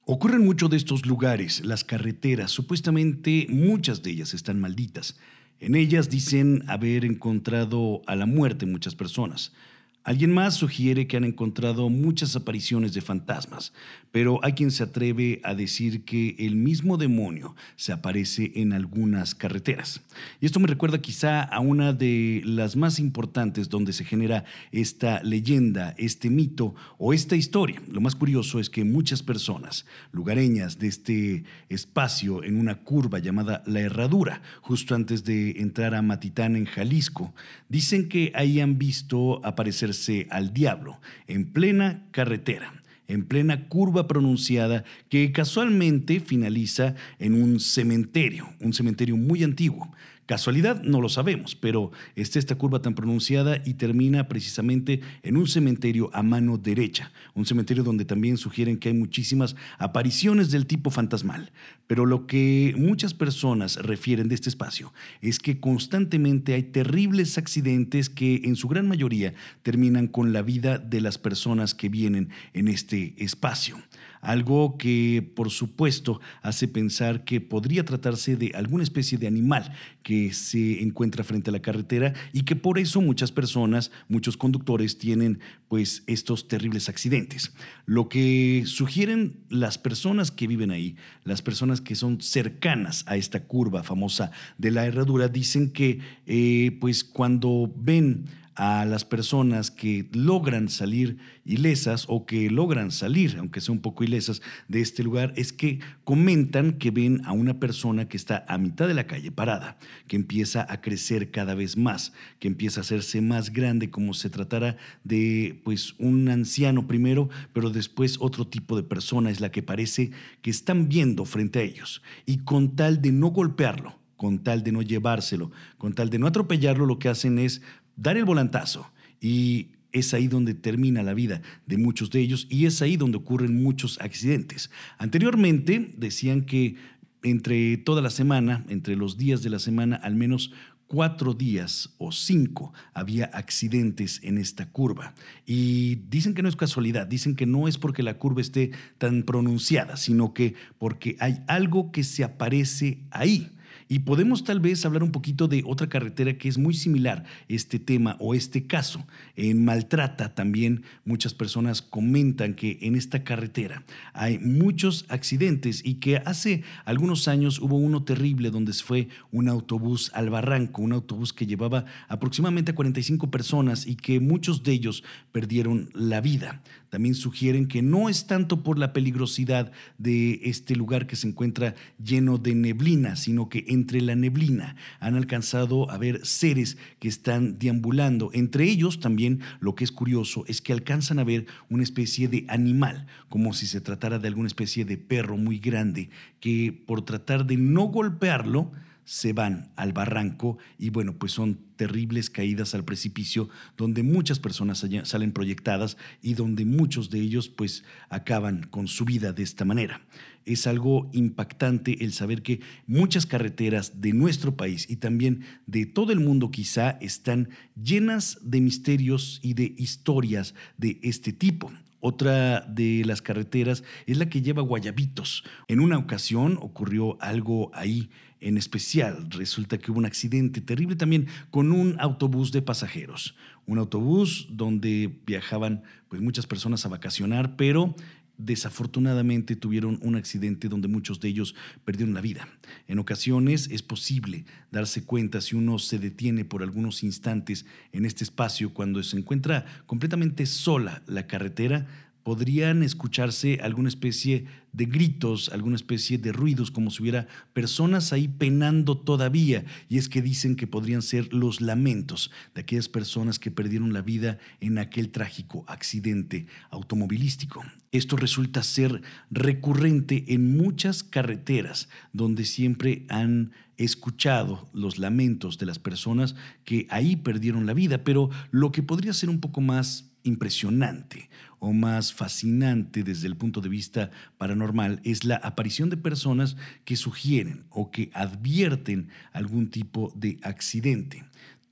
Ocurren mucho de estos lugares, las carreteras, supuestamente muchas de ellas están malditas. En ellas dicen haber encontrado a la muerte muchas personas. Alguien más sugiere que han encontrado muchas apariciones de fantasmas, pero hay quien se atreve a decir que el mismo demonio se aparece en algunas carreteras. Y esto me recuerda quizá a una de las más importantes donde se genera esta leyenda, este mito o esta historia. Lo más curioso es que muchas personas lugareñas de este espacio en una curva llamada La Herradura, justo antes de entrar a Matitán en Jalisco, dicen que ahí han visto aparecerse al diablo en plena carretera, en plena curva pronunciada que casualmente finaliza en un cementerio muy antiguo. Casualidad no lo sabemos, pero está esta curva tan pronunciada y termina precisamente en un cementerio a mano derecha, un cementerio donde también sugieren que hay muchísimas apariciones del tipo fantasmal. Pero lo que muchas personas refieren de este espacio es que constantemente hay terribles accidentes que en su gran mayoría terminan con la vida de las personas que vienen en este espacio. Algo que, por supuesto, hace pensar que podría tratarse de alguna especie de animal que se encuentra frente a la carretera y que por eso muchas personas, muchos conductores tienen pues estos terribles accidentes. Lo que sugieren las personas que viven ahí, las personas que son cercanas a esta curva famosa de La Herradura, dicen que pues cuando ven a las personas que logran salir ilesas o que logran salir, aunque sea un poco ilesas, de este lugar, es que comentan que ven a una persona que está a mitad de la calle parada, que empieza a crecer cada vez más, que empieza a hacerse más grande, como se tratara de pues un anciano primero, pero después otro tipo de persona es la que parece que están viendo frente a ellos. Y con tal de no golpearlo, con tal de no llevárselo, con tal de no atropellarlo, lo que hacen es dar el volantazo y es ahí donde termina la vida de muchos de ellos y es ahí donde ocurren muchos accidentes. Anteriormente decían que entre toda la semana, entre los días de la semana, al menos 4 días o 5 había accidentes en esta curva. Y dicen que no es casualidad, dicen que no es porque la curva esté tan pronunciada, sino que porque hay algo que se aparece ahí. Y podemos tal vez hablar un poquito de otra carretera que es muy similar este tema o este caso. En Maltrata también muchas personas comentan que en esta carretera hay muchos accidentes y que hace algunos años hubo uno terrible donde se fue un autobús al barranco, un autobús que llevaba aproximadamente a 45 personas y que muchos de ellos perdieron la vida. También sugieren que no es tanto por la peligrosidad de este lugar que se encuentra lleno de neblina, sino que entre la neblina han alcanzado a ver seres que están deambulando. Entre ellos también lo que es curioso es que alcanzan a ver una especie de animal, como si se tratara de alguna especie de perro muy grande, que por tratar de no golpearlo, se van al barranco y bueno, pues son terribles caídas al precipicio donde muchas personas salen proyectadas y donde muchos de ellos pues acaban con su vida de esta manera. Es algo impactante el saber que muchas carreteras de nuestro país y también de todo el mundo quizá están llenas de misterios y de historias de este tipo. Otra de las carreteras es la que lleva a Guayabitos. En una ocasión ocurrió algo ahí en especial. Resulta que hubo un accidente terrible también con un autobús de pasajeros. Un autobús donde viajaban pues muchas personas a vacacionar, pero desafortunadamente tuvieron un accidente donde muchos de ellos perdieron la vida. En ocasiones es posible darse cuenta si uno se detiene por algunos instantes en este espacio cuando se encuentra completamente sola la carretera. Podrían escucharse alguna especie de gritos, alguna especie de ruidos, como si hubiera personas ahí penando todavía. Y es que dicen que podrían ser los lamentos de aquellas personas que perdieron la vida en aquel trágico accidente automovilístico. Esto resulta ser recurrente en muchas carreteras donde siempre han escuchado los lamentos de las personas que ahí perdieron la vida, pero lo que podría ser un poco más impresionante o más fascinante desde el punto de vista paranormal es la aparición de personas que sugieren o que advierten algún tipo de accidente.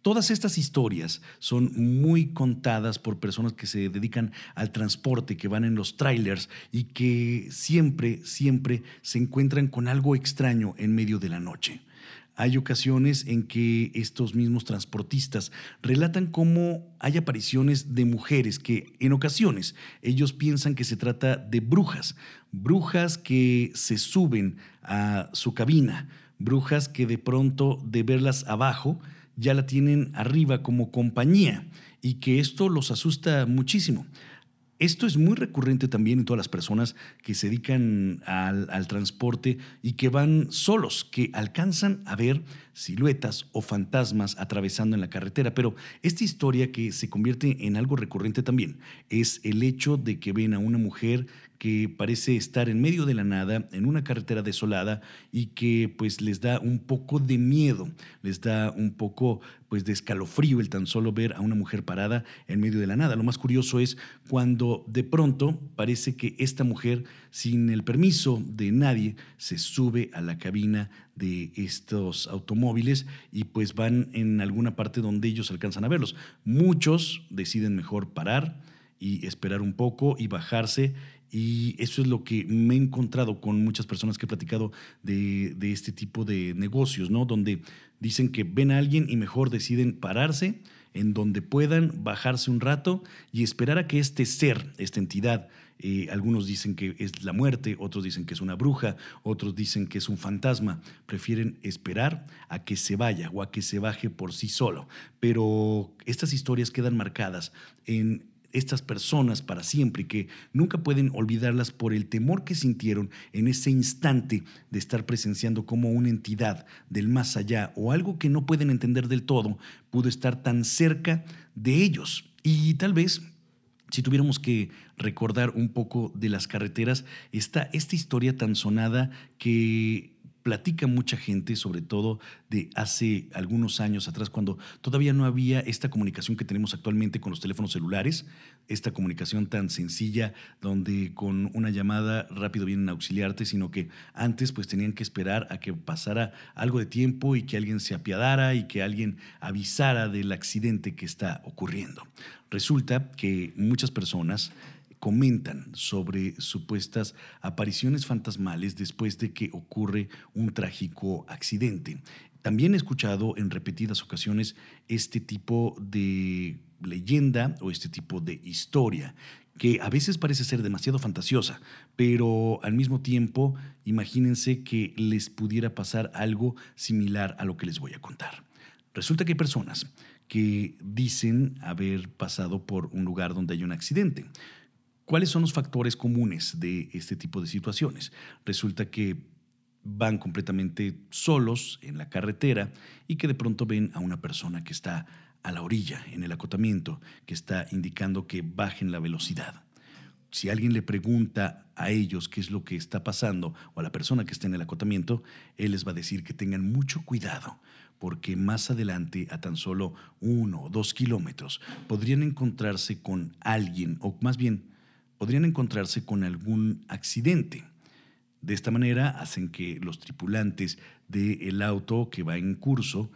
Todas estas historias son muy contadas por personas que se dedican al transporte, que van en los trailers y que siempre, siempre se encuentran con algo extraño en medio de la noche. Hay ocasiones en que estos mismos transportistas relatan cómo hay apariciones de mujeres que en ocasiones ellos piensan que se trata de brujas, brujas que se suben a su cabina, brujas que de pronto de verlas abajo ya la tienen arriba como compañía y que esto los asusta muchísimo. Esto es muy recurrente también en todas las personas que se dedican al transporte y que van solos, que alcanzan a ver siluetas o fantasmas atravesando en la carretera. Pero esta historia que se convierte en algo recurrente también es el hecho de que ven a una mujer que parece estar en medio de la nada, en una carretera desolada y que pues les da un poco de miedo, les da un poco pues de escalofrío el tan solo ver a una mujer parada en medio de la nada. Lo más curioso es cuando de pronto parece que esta mujer, sin el permiso de nadie, se sube a la cabina de estos automóviles y pues van en alguna parte donde ellos alcanzan a verlos. Muchos deciden mejor parar y esperar un poco y bajarse. Y eso es lo que me he encontrado con muchas personas que he platicado de este tipo de negocios, ¿no? Donde dicen que ven a alguien y mejor deciden pararse en donde puedan, bajarse un rato y esperar a que este ser, esta entidad, algunos dicen que es la muerte, otros dicen que es una bruja, otros dicen que es un fantasma. Prefieren esperar a que se vaya o a que se baje por sí solo. Pero estas historias quedan marcadas en estas personas para siempre y que nunca pueden olvidarlas por el temor que sintieron en ese instante de estar presenciando cómo una entidad del más allá o algo que no pueden entender del todo pudo estar tan cerca de ellos. Y tal vez si tuviéramos que recordar un poco de las carreteras, está esta historia tan sonada que platica mucha gente, sobre todo de hace algunos años atrás, cuando todavía no había esta comunicación que tenemos actualmente con los teléfonos celulares, esta comunicación tan sencilla donde con una llamada rápido vienen a auxiliarte, sino que antes pues tenían que esperar a que pasara algo de tiempo y que alguien se apiadara y que alguien avisara del accidente que está ocurriendo. Resulta que muchas personas comentan sobre supuestas apariciones fantasmales después de que ocurre un trágico accidente. También he escuchado en repetidas ocasiones este tipo de leyenda o este tipo de historia que a veces parece ser demasiado fantasiosa, pero al mismo tiempo imagínense que les pudiera pasar algo similar a lo que les voy a contar. Resulta que hay personas que dicen haber pasado por un lugar donde hay un accidente. ¿Cuáles son los factores comunes de este tipo de situaciones? Resulta que van completamente solos en la carretera y que de pronto ven a una persona que está a la orilla, en el acotamiento, que está indicando que bajen la velocidad. Si alguien le pregunta a ellos qué es lo que está pasando o a la persona que está en el acotamiento, él les va a decir que tengan mucho cuidado porque más adelante, a tan solo 1 o 2 kilómetros, podrían encontrarse con alguien o más bien podrían encontrarse con algún accidente. De esta manera hacen que los tripulantes del auto que va en curso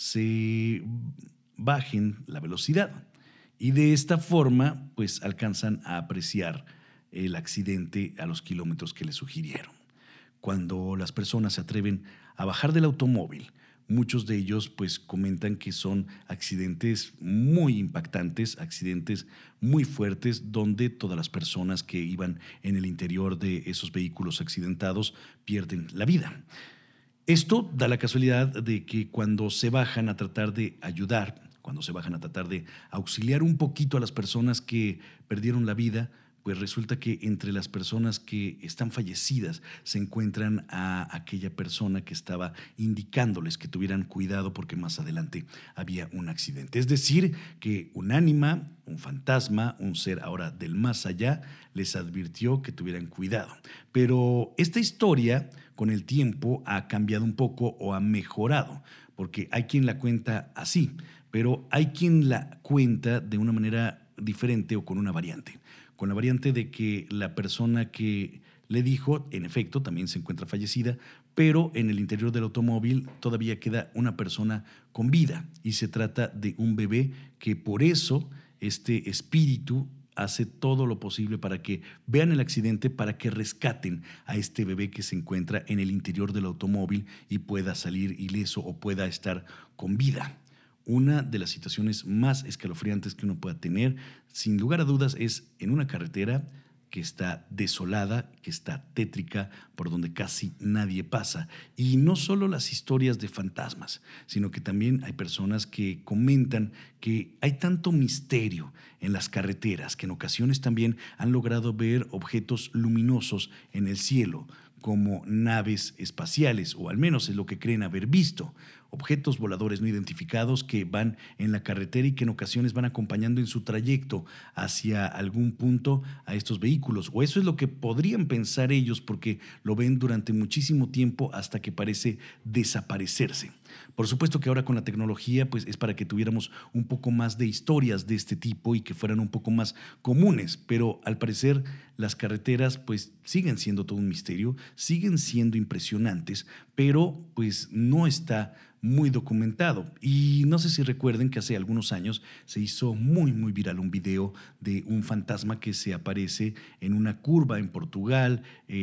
se bajen la velocidad y de esta forma pues alcanzan a apreciar el accidente a los kilómetros que les sugirieron. Cuando las personas se atreven a bajar del automóvil, muchos de ellos pues comentan que son accidentes muy impactantes, accidentes muy fuertes, donde todas las personas que iban en el interior de esos vehículos accidentados pierden la vida. Esto da la casualidad de que cuando se bajan a tratar de ayudar, cuando se bajan a tratar de auxiliar un poquito a las personas que perdieron la vida, pues resulta que entre las personas que están fallecidas se encuentran a aquella persona que estaba indicándoles que tuvieran cuidado porque más adelante había un accidente. Es decir, que un ánima, un fantasma, un ser ahora del más allá, les advirtió que tuvieran cuidado. Pero esta historia con el tiempo ha cambiado un poco o ha mejorado, porque hay quien la cuenta así, pero hay quien la cuenta de una manera diferente o con una variante. Con la variante de que la persona que Le dijo, en efecto, también se encuentra fallecida, pero en el interior del automóvil todavía queda una persona con vida y se trata de un bebé que por eso este espíritu hace todo lo posible para que vean el accidente, para que rescaten a este bebé que se encuentra en el interior del automóvil y pueda salir ileso o pueda estar con vida. Una de las situaciones más escalofriantes que uno pueda tener, sin lugar a dudas, es en una carretera que está desolada, que está tétrica, por donde casi nadie pasa. Y no solo las historias de fantasmas, sino que también hay personas que comentan que hay tanto misterio en las carreteras que en ocasiones también han logrado ver objetos luminosos en el cielo, como naves espaciales, o al menos es lo que creen haber visto. Objetos voladores no identificados que van en la carretera y que en ocasiones van acompañando en su trayecto hacia algún punto a estos vehículos. O eso es lo que podrían pensar ellos porque lo ven durante muchísimo tiempo hasta que parece desaparecerse. Por supuesto que ahora con la tecnología pues es para que tuviéramos un poco más de historias de este tipo y que fueran un poco más comunes, pero al parecer las carreteras pues siguen siendo todo un misterio, siguen siendo impresionantes, pero pues no está muy documentado. Y no sé si recuerden que hace algunos años se hizo muy viral un video de un fantasma que se aparece en una curva en Portugal,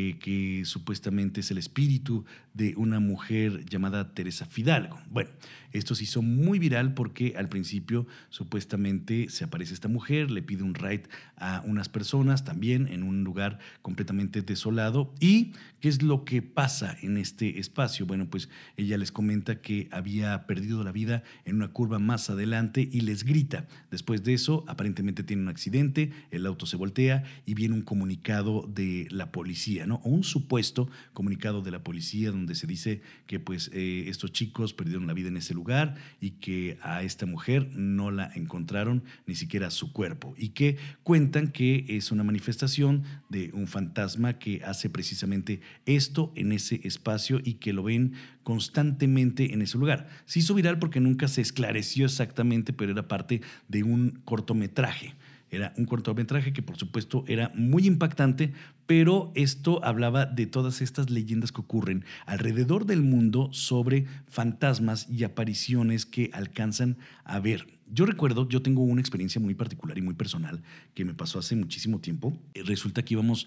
que supuestamente es el espíritu de una mujer llamada Teresa Fidalgo. Bueno, esto se hizo muy viral porque al principio supuestamente se aparece esta mujer, le pide un ride a unas personas también en un lugar completamente desolado. ¿Y qué es lo que pasa en este espacio? Bueno, pues ella les comenta que había perdido la vida en una curva más adelante y les grita. Después de eso, aparentemente tiene un accidente, el auto se voltea y viene un comunicado de la policía, ¿no? O un supuesto comunicado de la policía donde se dice que pues estos chicos perdieron la vida en ese lugar y que a esta mujer no la encontraron ni siquiera su cuerpo y que cuentan que es una manifestación de un fantasma que hace precisamente esto en ese espacio y que lo ven constantemente en ese lugar. Se hizo viral porque nunca se esclareció exactamente, pero era parte de un cortometraje. Era un cortometraje que por supuesto era muy impactante, pero esto hablaba de todas estas leyendas que ocurren alrededor del mundo sobre fantasmas y apariciones que alcanzan a ver. Yo recuerdo, yo tengo una experiencia muy particular y muy personal que me pasó hace muchísimo tiempo. Resulta que íbamos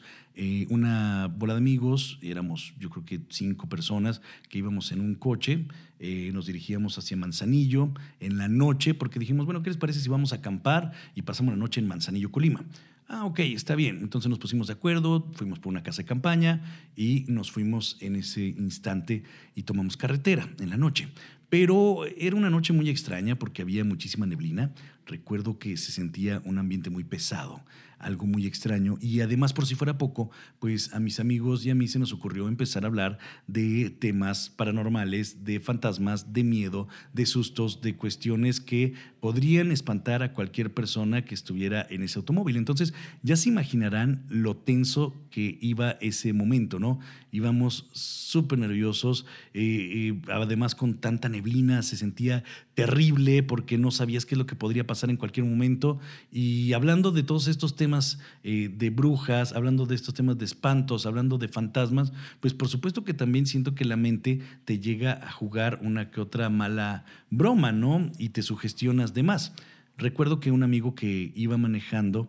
una bola de amigos, éramos yo creo que 5 personas que íbamos en un coche, nos dirigíamos hacia Manzanillo en la noche porque dijimos, bueno, ¿qué les parece si vamos a acampar y pasamos la noche en Manzanillo, Colima? Ah, ok, está bien. Entonces nos pusimos de acuerdo, fuimos por una casa de campaña y nos fuimos en ese instante y tomamos carretera en la noche. Pero era una noche muy extraña porque había muchísima neblina. Recuerdo que se sentía un ambiente muy pesado, algo muy extraño. Y además, por si fuera poco, pues a mis amigos y a mí se nos ocurrió empezar a hablar de temas paranormales, de fantasmas, de miedo, de sustos, de cuestiones que podrían espantar a cualquier persona que estuviera en ese automóvil. Entonces, ya se imaginarán lo tenso que iba ese momento, ¿no? Íbamos súper nerviosos, además con tanta neblina, se sentía terrible porque no sabías qué es lo que podría pasar en cualquier momento. Y hablando de todos estos temas de brujas, hablando de estos temas de espantos, hablando de fantasmas, pues por supuesto que también siento que la mente te llega a jugar una que otra mala broma, ¿no? Y te sugestionas de más. Recuerdo que un amigo que iba manejando,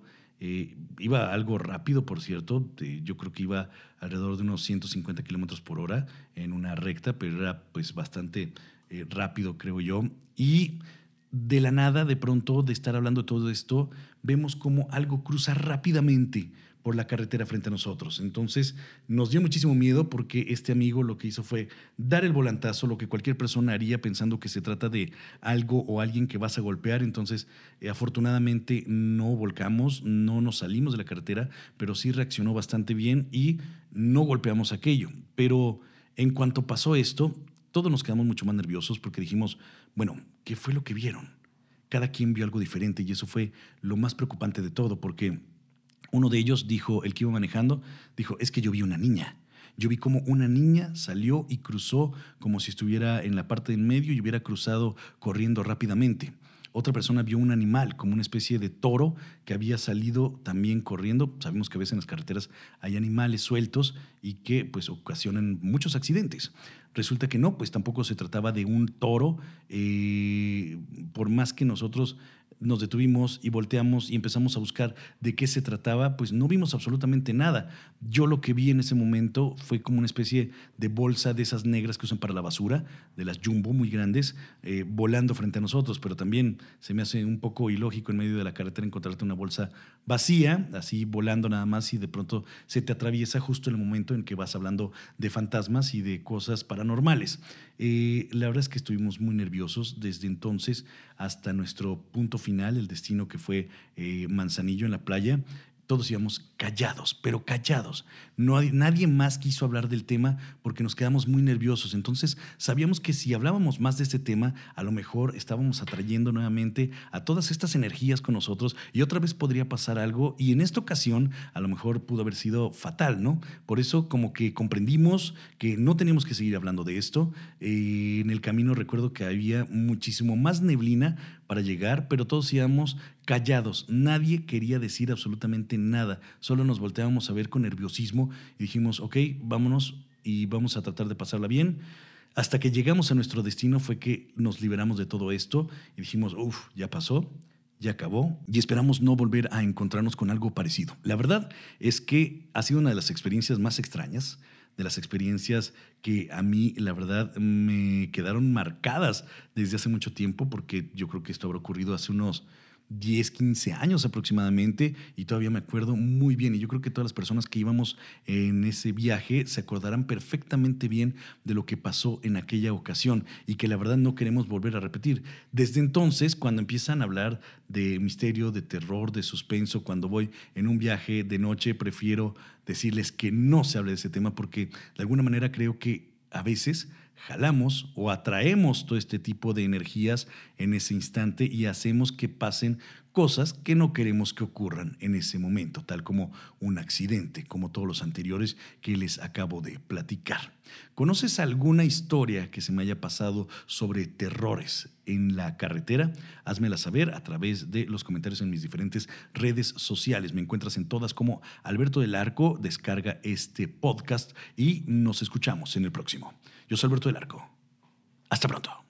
iba algo rápido, por cierto, yo creo que iba alrededor de unos 150 kilómetros por hora en una recta, pero era pues bastante rápido, creo yo. Y de la nada, de pronto, de estar hablando de todo esto, vemos como algo cruza rápidamente por la carretera frente a nosotros. Entonces nos dio muchísimo miedo porque este amigo lo que hizo fue dar el volantazo, lo que cualquier persona haría pensando que se trata de algo o alguien que vas a golpear. Entonces afortunadamente no volcamos, no nos salimos de la carretera, pero sí reaccionó bastante bien y no golpeamos aquello. Pero en cuanto pasó esto, todos nos quedamos mucho más nerviosos porque dijimos, bueno, ¿qué fue lo que vieron? Cada quien vio algo diferente y eso fue lo más preocupante de todo porque uno de ellos dijo, el que iba manejando, dijo, es que yo vi una niña. Yo vi como una niña salió y cruzó como si estuviera en la parte de en medio y hubiera cruzado corriendo rápidamente. Otra persona vio un animal, como una especie de toro que había salido también corriendo. Sabemos que a veces en las carreteras hay animales sueltos y que pues ocasionan muchos accidentes. Resulta que no, pues tampoco se trataba de un toro. Por más que nosotros nos detuvimos y volteamos y empezamos a buscar de qué se trataba, pues no vimos absolutamente nada. Yo lo que vi en ese momento fue como una especie de bolsa de esas negras que usan para la basura, de las Jumbo muy grandes, volando frente a nosotros, pero también se me hace un poco ilógico en medio de la carretera encontrarte una bolsa vacía, así volando nada más, y de pronto se te atraviesa justo en el momento en que vas hablando de fantasmas y de cosas paranormales. La verdad es que estuvimos muy nerviosos desde entonces hasta nuestro punto final, el destino que fue Manzanillo en la playa. Todos íbamos callados, pero callados. Nadie más quiso hablar del tema porque nos quedamos muy nerviosos. Entonces sabíamos que si hablábamos más de este tema, a lo mejor estábamos atrayendo nuevamente a todas estas energías con nosotros y otra vez podría pasar algo, y en esta ocasión a lo mejor pudo haber sido fatal, ¿no? Por eso como que comprendimos que no teníamos que seguir hablando de esto. En el camino recuerdo que había muchísimo más neblina para llegar, pero todos íbamos callados. Nadie quería decir absolutamente nada. Solo nos volteábamos a ver con nerviosismo y dijimos, ok, vámonos y vamos a tratar de pasarla bien. Hasta que llegamos a nuestro destino fue que nos liberamos de todo esto y dijimos, uff, ya pasó, ya acabó, y esperamos no volver a encontrarnos con algo parecido. La verdad es que ha sido una de las experiencias más extrañas, de las experiencias que a mí, la verdad, me quedaron marcadas desde hace mucho tiempo, porque yo creo que esto habrá ocurrido hace unos 10, 15 años aproximadamente, y todavía me acuerdo muy bien, y yo creo que todas las personas que íbamos en ese viaje se acordarán perfectamente bien de lo que pasó en aquella ocasión y que la verdad no queremos volver a repetir. Desde entonces, cuando empiezan a hablar de misterio, de terror, de suspenso, cuando voy en un viaje de noche, prefiero decirles que no se hable de ese tema, porque de alguna manera creo que a veces jalamos o atraemos todo este tipo de energías en ese instante y hacemos que pasen cosas que no queremos que ocurran en ese momento, tal como un accidente, como todos los anteriores que les acabo de platicar. ¿Conoces alguna historia que se me haya pasado sobre terrores en la carretera? Házmela saber a través de los comentarios en mis diferentes redes sociales. Me encuentras en todas como Alberto del Arco. Descarga este podcast y nos escuchamos en el próximo. Yo soy Alberto del Arco. Hasta pronto.